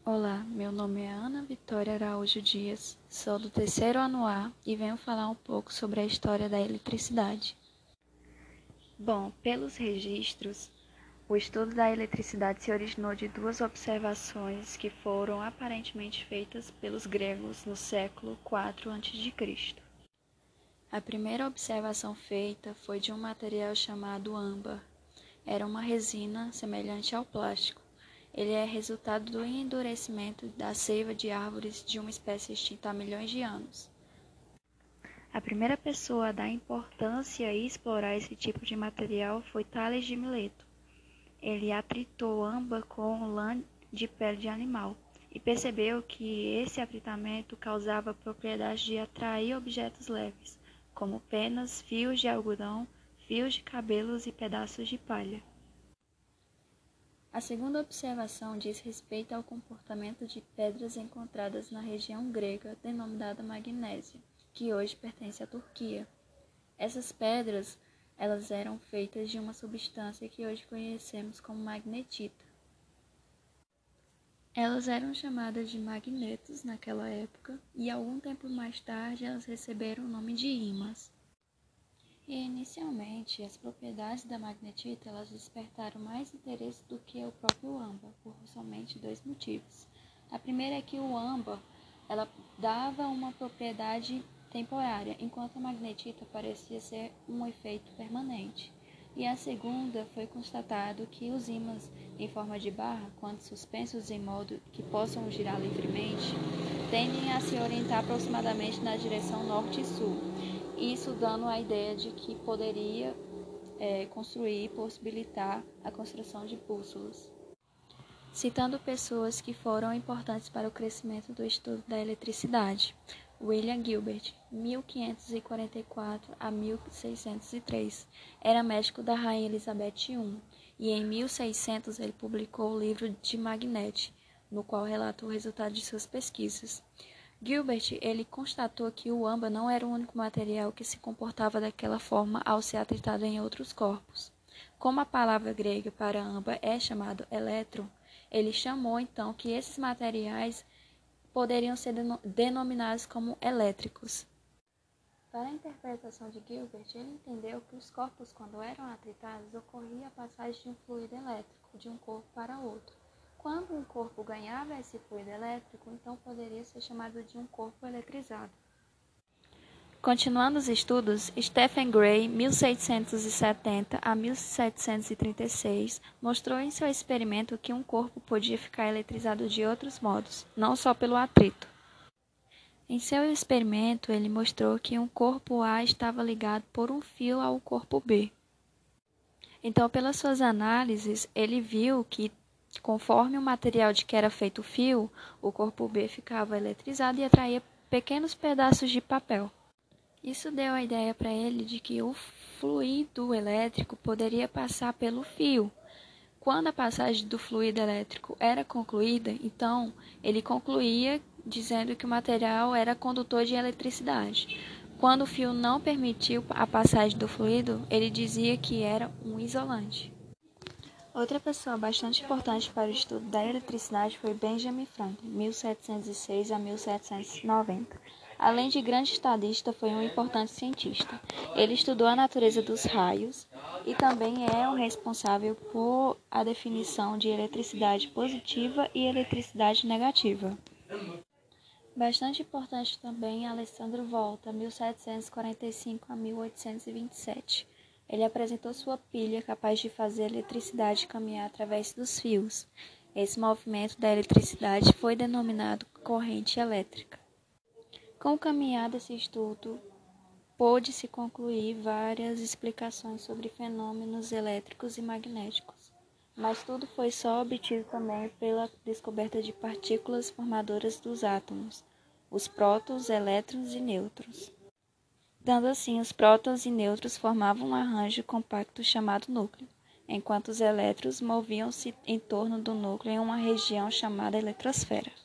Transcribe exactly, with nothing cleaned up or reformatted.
Olá, meu nome é Ana Vitória Araújo Dias, sou do terceiro ano A e venho falar um pouco sobre a história da eletricidade. Bom, pelos registros, o estudo da eletricidade se originou de duas observações que foram aparentemente feitas pelos gregos no século quatro antes de Cristo. A primeira observação feita foi de um material chamado âmbar. Era uma resina semelhante ao plástico. Ele é resultado do endurecimento da seiva de árvores de uma espécie extinta há milhões de anos. A primeira pessoa a dar importância e explorar esse tipo de material foi Tales de Mileto. Ele atritou âmbar com lã de pele de animal e percebeu que esse atritamento causava propriedade de atrair objetos leves, como penas, fios de algodão, fios de cabelos e pedaços de palha. A segunda observação diz respeito ao comportamento de pedras encontradas na região grega denominada Magnésia, que hoje pertence à Turquia. Essas pedras, elas eram feitas de uma substância que hoje conhecemos como magnetita. Elas eram chamadas de magnetos naquela época e algum tempo mais tarde elas receberam o nome de ímãs. E inicialmente, as propriedades da magnetita elas despertaram mais interesse do que o próprio âmbar, por somente dois motivos. A primeira é que o âmbar ela dava uma propriedade temporária, enquanto a magnetita parecia ser um efeito permanente. E a segunda foi constatado que os ímãs em forma de barra, quando suspensos em modo que possam girar livremente, tendem a se orientar aproximadamente na direção norte e sul. Isso dando a ideia de que poderia é, construir e possibilitar a construção de bússolas. Citando pessoas que foram importantes para o crescimento do estudo da eletricidade, William Gilbert, mil quinhentos e quarenta e quatro a mil seiscentos e três, era médico da Rainha Elizabeth segunda e em mil e seiscentos ele publicou o livro de Magnete, no qual relata o resultado de suas pesquisas. Gilbert ele constatou que o âmbar não era o único material que se comportava daquela forma ao ser atritado em outros corpos. Como a palavra grega para âmbar é chamado elétron, ele chamou então que esses materiais poderiam ser denominados como elétricos. Para a interpretação de Gilbert, ele entendeu que os corpos, quando eram atritados, ocorria a passagem de um fluido elétrico de um corpo para outro. Quando um corpo ganhava esse fluido elétrico, então poderia ser chamado de um corpo eletrizado. Continuando os estudos, Stephen Gray, mil seiscentos e setenta a mil setecentos e trinta e seis, mostrou em seu experimento que um corpo podia ficar eletrizado de outros modos, não só pelo atrito. Em seu experimento, ele mostrou que um corpo A estava ligado por um fio ao corpo B. Então, pelas suas análises, ele viu que conforme o material de que era feito o fio, o corpo B ficava eletrizado e atraía pequenos pedaços de papel. Isso deu a ideia para ele de que o fluido elétrico poderia passar pelo fio. Quando a passagem do fluido elétrico era concluída, então ele concluía dizendo que o material era condutor de eletricidade. Quando o fio não permitiu a passagem do fluido, ele dizia que era um isolante. Outra pessoa bastante importante para o estudo da eletricidade foi Benjamin Franklin, mil setecentos e seis a mil setecentos e noventa. Além de grande estadista, foi um importante cientista. Ele estudou a natureza dos raios e também é o responsável por a definição de eletricidade positiva e eletricidade negativa. Bastante importante também é Alessandro Volta, mil setecentos e quarenta e cinco a mil oitocentos e vinte e sete. Ele apresentou sua pilha capaz de fazer a eletricidade caminhar através dos fios. Esse movimento da eletricidade foi denominado corrente elétrica. Com o caminhar desse estudo, pôde-se concluir várias explicações sobre fenômenos elétricos e magnéticos. Mas tudo foi só obtido também pela descoberta de partículas formadoras dos átomos, os prótons, elétrons e nêutrons. Dando assim, os prótons e nêutrons formavam um arranjo compacto chamado núcleo, enquanto os elétrons moviam-se em torno do núcleo em uma região chamada eletrosfera.